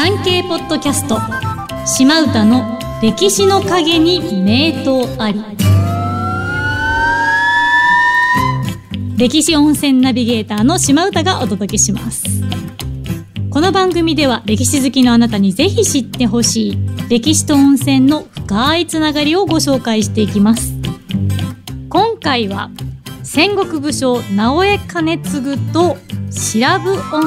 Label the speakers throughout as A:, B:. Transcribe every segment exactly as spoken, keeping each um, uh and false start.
A: 産経ポッドキャスト島唄の歴史の陰に名刀あり。歴史温泉ナビゲーターの島唄がお届けします。この番組では歴史好きのあなたにぜひ知ってほしい歴史と温泉の深いつながりをご紹介していきます。今回は戦国武将直江兼続と白布温泉。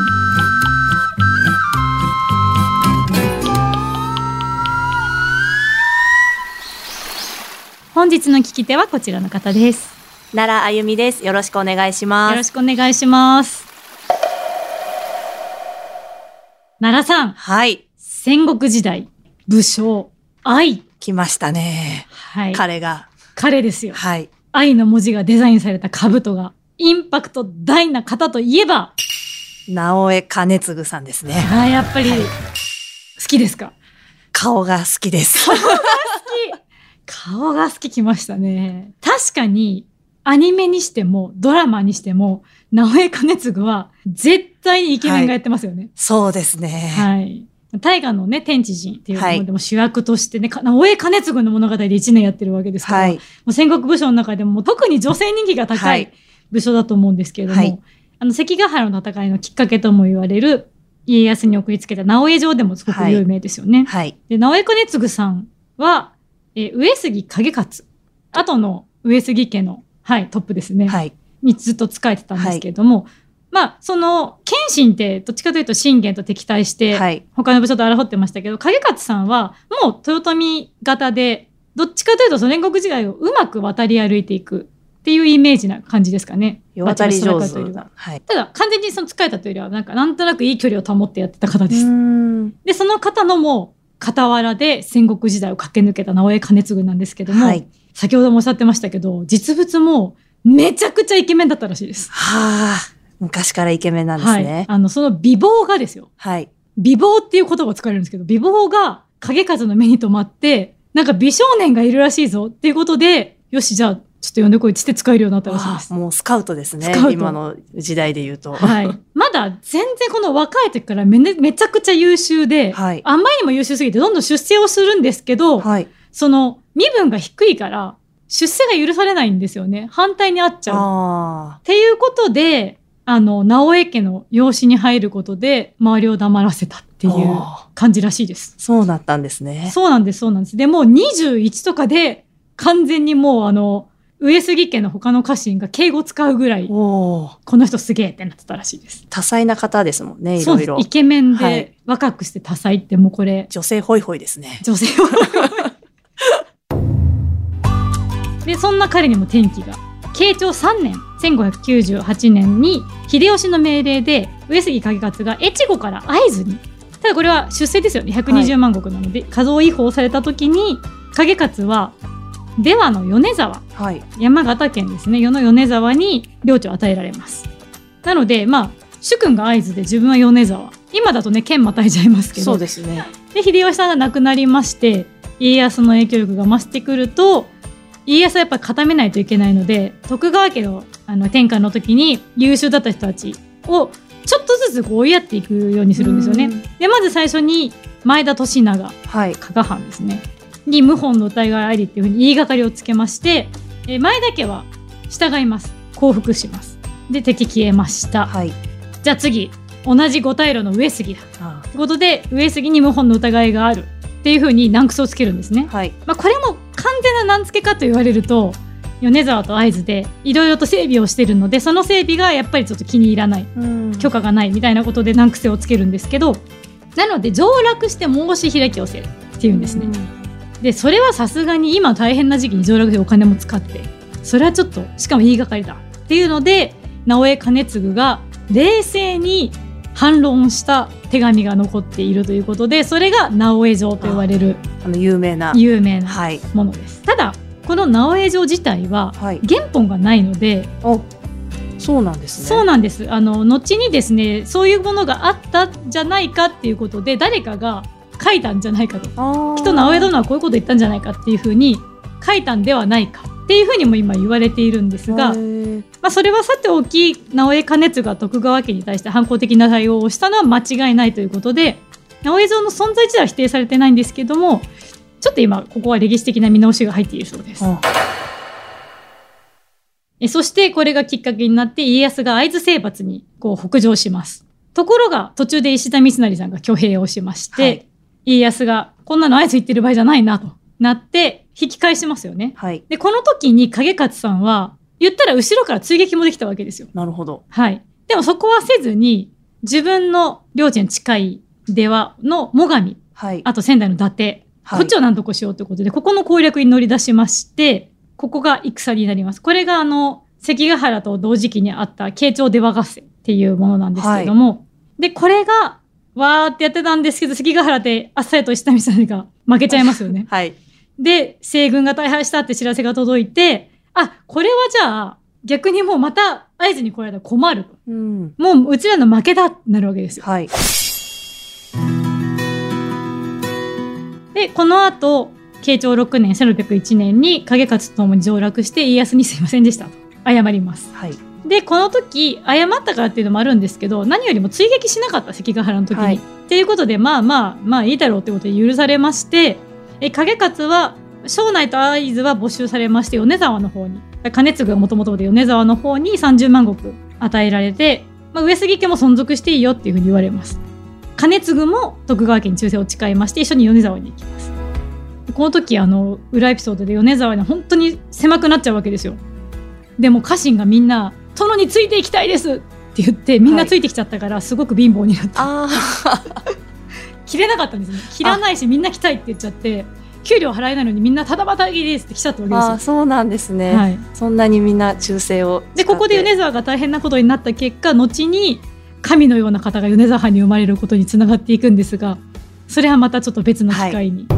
A: 本日の聞き手はこちらの方です。
B: 奈良あゆみです。よろしくお願いします。
A: よろしくお願いします。奈良さん、
B: はい、
A: 戦国時代武将愛
B: 来ましたね。
A: はい、
B: 彼が
A: 彼ですよ。
B: はい、
A: 愛の文字がデザインされた兜がインパクト大な方といえば
B: 直江兼続さんですね。
A: あ、やっぱり、はい、好きですか？
B: 顔が好きです。
A: 顔が好き顔が好ききましたね。確かにアニメにしてもドラマにしても直江兼続は絶対にイケメンがやってますよね。はい、
B: そうですね。
A: はい。大河のね、天地人っていうのでも主役としてね、はい、直江兼続の物語でいちねんやってるわけですから、はい、もう戦国武将の中でも特に女性人気が高い武将だと思うんですけれども、はい、あの関ヶ原の戦いのきっかけとも言われる家康に送りつけた直江城でもすごく有名ですよね。はいはい、で直江兼続さんは、えー、上杉景勝、後の上杉家の、はい、トップですね、はい、にずっと仕えてたんですけれども、はい、まあ、その謙信ってどっちかというと信玄と敵対して、はい、他の武将と争ってましたけど、景勝さんはもう豊臣型でどっちかというと戦国時代をうまく渡り歩いていくっていうイメージな感じですかね。
B: 渡り上手な、
A: はい、ただ完全にその仕えたというよりはなんかなんとなくいい距離を保ってやってた方です。うーん、でその方のも傍らで戦国時代を駆け抜けた直江兼続なんですけども、はい、先ほどもおっしゃってましたけど実物もめちゃくちゃイケメンだったらしいです。
B: はあ、昔からイケメンなんですね。
A: はい、あのその美貌がですよ、はい、美貌っていう言葉を使われるんですけど、美貌が景勝の目に留まってなんか美少年がいるらしいぞっていうことで、よしじゃあちょっと呼んでこいつって使えるようになったらしいです。
B: もうスカウトですね。今の時代で言うと、
A: はい、まだ全然この若い時から め, めちゃくちゃ優秀で、はい、あんまりにも優秀すぎてどんどん出世をするんですけど、はい、その身分が低いから出世が許されないんですよね。反対にあっちゃうあっていうことで、あの直江家の養子に入ることで周りを黙らせたっていう感じらしいです。
B: そうだったんですね。
A: そうなんですそうなんです。でもうにじゅういちとかで完全にもうあの上杉家の他の家臣が敬語使うぐらいこの人すげえってなってたらしいです。
B: 多彩な方ですもんね。いろいろ
A: イケメンで若くして多彩って、もうこれ
B: 女性ホイホイですね。
A: 女性ホイホイでそんな彼にも転機が。慶長さんねんせんごひゃくきゅうじゅうはちねんに秀吉の命令で上杉景勝が越後から会津に、ただこれは出世ですよね。ひゃくにじゅうまん石なので、はい、加増違法された時に景勝は出羽の米沢、はい、山形県ですね、与の米沢に領地を与えられます。なのでまあ主君が会津で自分は米沢、今だとね県またいちゃいますけど、
B: そうですね。
A: で秀吉さんが亡くなりまして家康の影響力が増してくると、家康はやっぱり固めないといけないので、徳川家 の, あの天下の時に優秀だった人たちをちょっとずつこう追いやっていくようにするんですよね。でまず最初に前田利長、はい、加賀藩ですねに謀反の疑いありっていうふうに言いがかりをつけまして、え前田家は従います、降伏します。で敵消えました、はい、じゃあ次同じ五大老の上杉だということで、上杉に謀反の疑いがあるっていうふうに難癖をつけるんですね。はい、まあ、これも完全な難付けかと言われると米沢と会津でいろいろと整備をしてるので、その整備がやっぱりちょっと気に入らない、許可がないみたいなことで難癖をつけるんですけど、なので上洛して申し開きをせるっていうんですね。でそれはさすがに今大変な時期に上洛でお金も使って、それはちょっとしかも言いがかりだっていうので、直江兼続が冷静に反論した手紙が残っているということで、それが直江状と呼ばれる
B: あの有名な
A: 有名なものです。はい、ただこの直江状自体は原本がないので、
B: はい、そうなんですね。
A: そうなんです。あの後にですね、そういうものがあったんじゃないかっていうことで誰かが書いたんじゃないかと、きっと直江殿はこういうこと言ったんじゃないかっていうふうに書いたんではないかっていうふうにも今言われているんですが、まあ、それはさておき直江兼続が徳川家に対して反抗的な対応をしたのは間違いないということで、 直江像の存在自体は否定されてないんですけども、ちょっと今ここは歴史的な見直しが入っているそうです。
B: あ
A: えそしてこれがきっかけになって家康が会津征伐にこう北上します。ところが途中で石田三成さんが挙兵をしまして、はい、家康がこんなの会津行ってる場合じゃないなとなって引き返しますよね。
B: はい、
A: でこの時に景勝さんは言ったら後ろから追撃もできたわけですよ。
B: なるほど。
A: はい。でもそこはせずに自分の領地に近い出羽の最上、
B: はい、
A: あと仙台の伊達、はい、こっちを何とかしようということでここの攻略に乗り出しまして、ここが戦になります。これがあの関ヶ原と同時期にあった慶長出羽合戦っていうものなんですけれども、はい、でこれがわーってやってたんですけど、関ヶ原であっさりと石田三成が負けちゃいますよね。
B: はい、
A: で西軍が大敗したって知らせが届いて、あこれはじゃあ逆にもうまた会津に来られたら困ると、うん、もううちらの負けだってなるわけですよ。
B: はい、
A: でこの後慶長ろくねんせんろっぴゃくいちねんに景勝とともに上洛して家康にすいませんでしたと謝ります。
B: はい、
A: でこの時謝ったからっていうのもあるんですけど、何よりも追撃しなかった関ヶ原の時に、はい、っていうことでまあまあまあいいだろうってことで許されまして、え景勝は庄内と会津は没収されまして米沢の方に、兼続がもともとで米沢の方にさんじゅうまんごく与えられて、まあ、上杉家も存続していいよっていうふうに言われます。兼続も徳川家に忠誠を誓いまして一緒に米沢に行きます。この時あの裏エピソードで米沢に本当に狭くなっちゃうわけですよ。でも家臣がみんな殿についていきたいですって言ってみんなついてきちゃったからすごく貧乏になった、はい、切れなかったんですね。切らないしみんな来たいって言っちゃって給料払えないのにみんなただ働きですって来ちゃったわけですよ。
B: あそうなんですね、はい、そんなにみんな忠誠を
A: でここで米沢が大変なことになった結果、後に神のような方が米沢藩に生まれることにつながっていくんですが、それはまたちょっと別の機会に、はい、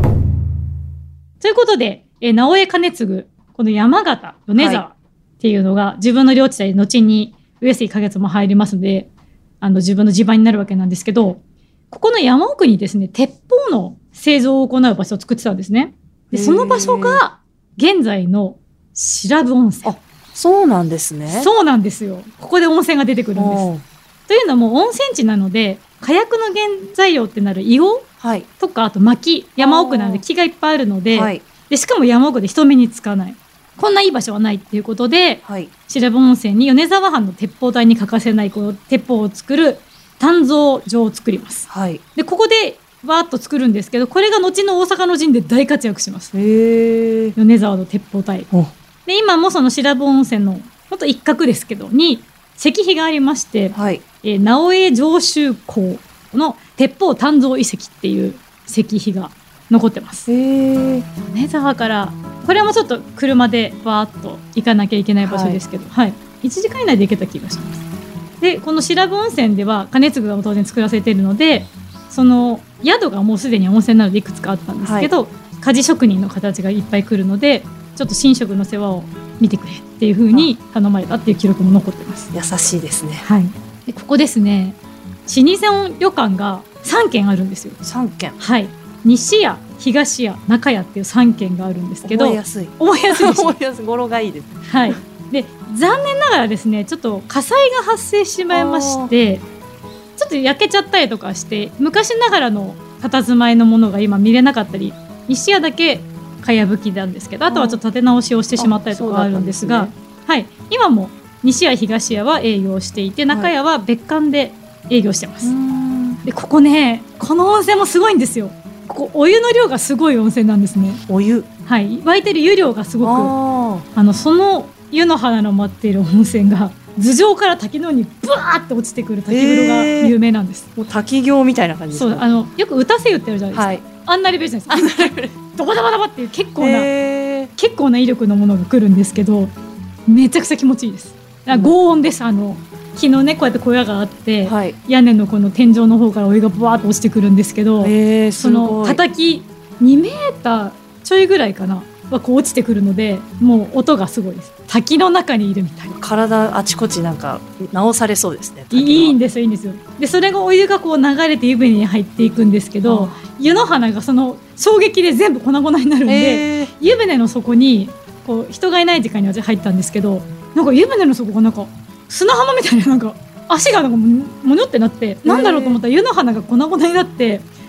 A: ということでえ直江兼続この山形米沢っていうのが自分の領地で後に上杉景勝も入りますのであの自分の地盤になるわけなんですけど、ここの山奥にですね鉄砲の製造を行う場所を作ってたんですね。でその場所が現在の白布温泉。
B: あそうなんですね。
A: そうなんですよ。ここで温泉が出てくるんです。というのも温泉地なので火薬の原材料ってなる硫黄とか、はい、あと薪、山奥なので木がいっぱいあるので、はい、でしかも山奥で人目につかない、こんないい場所はないっていうことで、はい、白布温泉に米沢藩の鉄砲隊に欠かせないこの鉄砲を作る鍛造場を作ります、はい、でここでわーっと作るんですけど、これが後の大阪の陣で大活躍します。へー米沢の鉄砲隊で今もその白布温泉のほんと一角ですけどに石碑がありまして、はいえー、直江上州港の鉄砲鍛造遺跡っていう石碑が残ってます。へー米沢からこれもちょっと車でわーっと行かなきゃいけない場所ですけど、はいはい、いちじかん以内で行けた気がします。でこの白布温泉では兼続が当然作らせているので、その宿がもうすでに温泉なのでいくつかあったんですけど、はい、鍛冶職人の方たちがいっぱい来るのでちょっと神職の世話を見てくれっていう風に頼まれたっていう記録も残ってます。
B: 優しいですね、
A: はい、でここですね老舗旅館がさんけんあるんですよ。
B: さんけん、
A: はい、西屋東屋中屋っていうさんけんがあるんですけど、
B: 覚えやすい
A: 覚えやすいでしょ
B: 覚えやすい語呂がいいです、
A: はい、で残念ながらですねちょっと火災が発生してしまいましてちょっと焼けちゃったりとかして昔ながらの佇まいのものが今見れなかったり、西屋だけかやぶきなんですけど、あとはちょっと建て直しをしてしまったりとかあるんですが、ねはい、今も西屋東屋は営業していて中屋は別館で営業してます、はい、でここねこの温泉もすごいんですよ。ここお湯の量がすごい温泉なんですね。
B: お湯、
A: はい、湧いてる湯量がすごく あ, あのその湯の花の舞っている温泉が頭上から滝のようにブワーって落ちてくる滝風呂が有名なんです。
B: もう滝行みたいな感じですか。
A: そうあのよく歌声言ってるじゃないですか、はい、あんなレベルじゃないですか。ドバドバドバっていう結構な結構な威力のものが来るんですけどめちゃくちゃ気持ちいいです。轟音です。あの昨日ねこうやって小屋があって、はい、屋根のこの天井の方からお湯がブワーッと落ちてくるんですけど、その叩きにメーターちょいぐらいかなはこう落ちてくるのでもう音がすごいです。滝の中にいるみたいな。
B: 体あちこちなんか直されそうですね。
A: いいんですいいんですよ。でそれがお湯がこう流れて湯船に入っていくんですけど、湯の花がその衝撃で全部粉々になるんで、湯船の底にこう人がいない時間に私入ったんですけど、なんか湯船の底がなんか砂浜みたいななんか足がなんかもにょってなってなんだろうと思ったら湯の花が粉々になって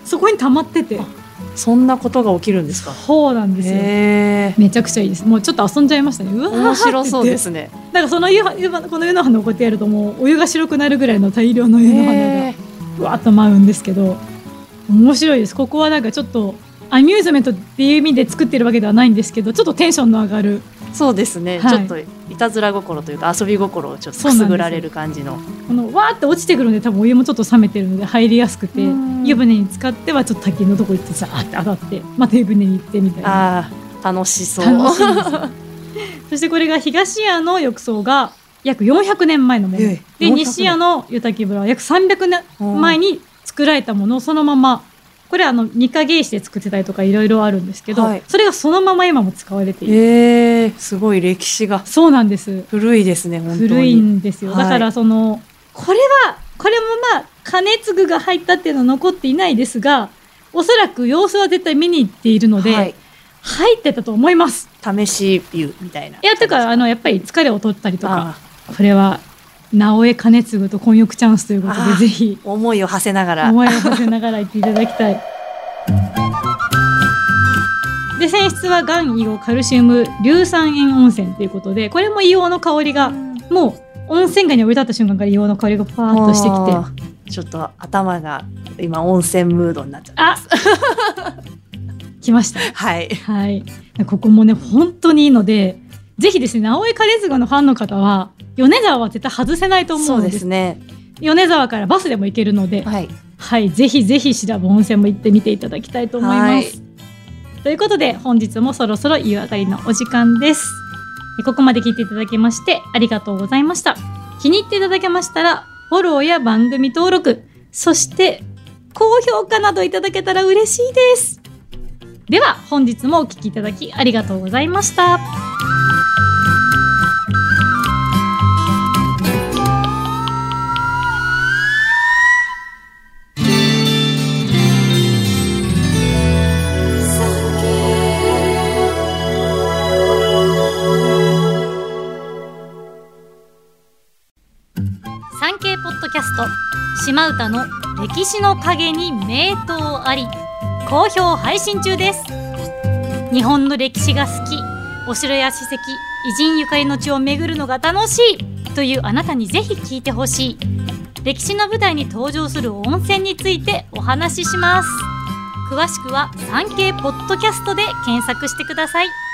A: そこに溜まってて、
B: そんなことが起きるんですか。
A: そうなんですよ。
B: へー、
A: めちゃくちゃいいです。もうちょっと遊んじゃいましたね。うわー
B: 面白そうですね。
A: なんかその湯は湯はこの湯の花をこうやってやるともうお湯が白くなるぐらいの大量の湯の花がふわっと舞うんですけど、面白いです。ここはなんかちょっとアミューズメントっていう意味で作ってるわけではないんですけど、ちょっとテンションの上がる、
B: そうですね、
A: はい、
B: ちょっといたずら心というか遊び心をちょっとくすぐられる感じの、
A: このわーって落ちてくるので多分お湯もちょっと冷めてるので入りやすくて、湯船に浸かってはちょっと滝のとこ行ってザーって当たってまた湯船に行ってみたいな。
B: あー楽しそう。
A: 楽しいですそしてこれが東屋の浴槽が約よんひゃくねんまえのもの、
B: ええ、
A: で西屋の湯滝風呂は約さんびゃくねんまえに作られたものをそのまま、これはあのにかげ石で作ってたりとかいろいろあるんですけど、はい、それがそのまま今も使われている。
B: えー、すごい歴史が。
A: そうなんです。
B: 古いですね、本当に。
A: 古いんですよ。だからその、はい、これはこれもまあ金継が入ったっていうのは残っていないですが、おそらく様子は絶対見に行っているので、はい、入ってたと思います。
B: 試し湯みたいな。
A: いやというかあのやっぱり疲れを取ったりとか、これは直江兼次と混浴チャンスということでぜひ
B: 思いを馳せながら
A: 思いを馳せながら行っていただきたい。で泉質は岩硫黄カルシウム硫酸塩温泉ということで、これも硫黄の香りがもう温泉街に降り立った瞬間から硫黄の香りがパーッとしてきて、
B: ちょっと頭が今温泉ムードになっちゃってます。
A: 来ました。
B: はい、
A: はい、ここもね本当にいいので、ぜひですね直江兼次のファンの方は米沢は絶対外せないと思うんです。
B: そうですね。
A: 米沢からバスでも行けるので、
B: はい、
A: はい、ぜひぜひ白布温泉も行ってみていただきたいと思います。ということで本日もそろそろ夕上がりのお時間です。ここまで聞いていただきましてありがとうございました。気に入っていただけましたらフォローや番組登録、そして高評価などいただけたら嬉しいです。では本日もお聞きいただきありがとうございました。産経ポッドキャスト島唄の歴史の陰に名刀あり好評配信中です。日本の歴史が好き、お城や史跡、偉人ゆかりの地を巡るのが楽しいというあなたにぜひ聞いてほしい歴史の舞台に登場する温泉についてお話しします。詳しくは産経ポッドキャストで検索してください。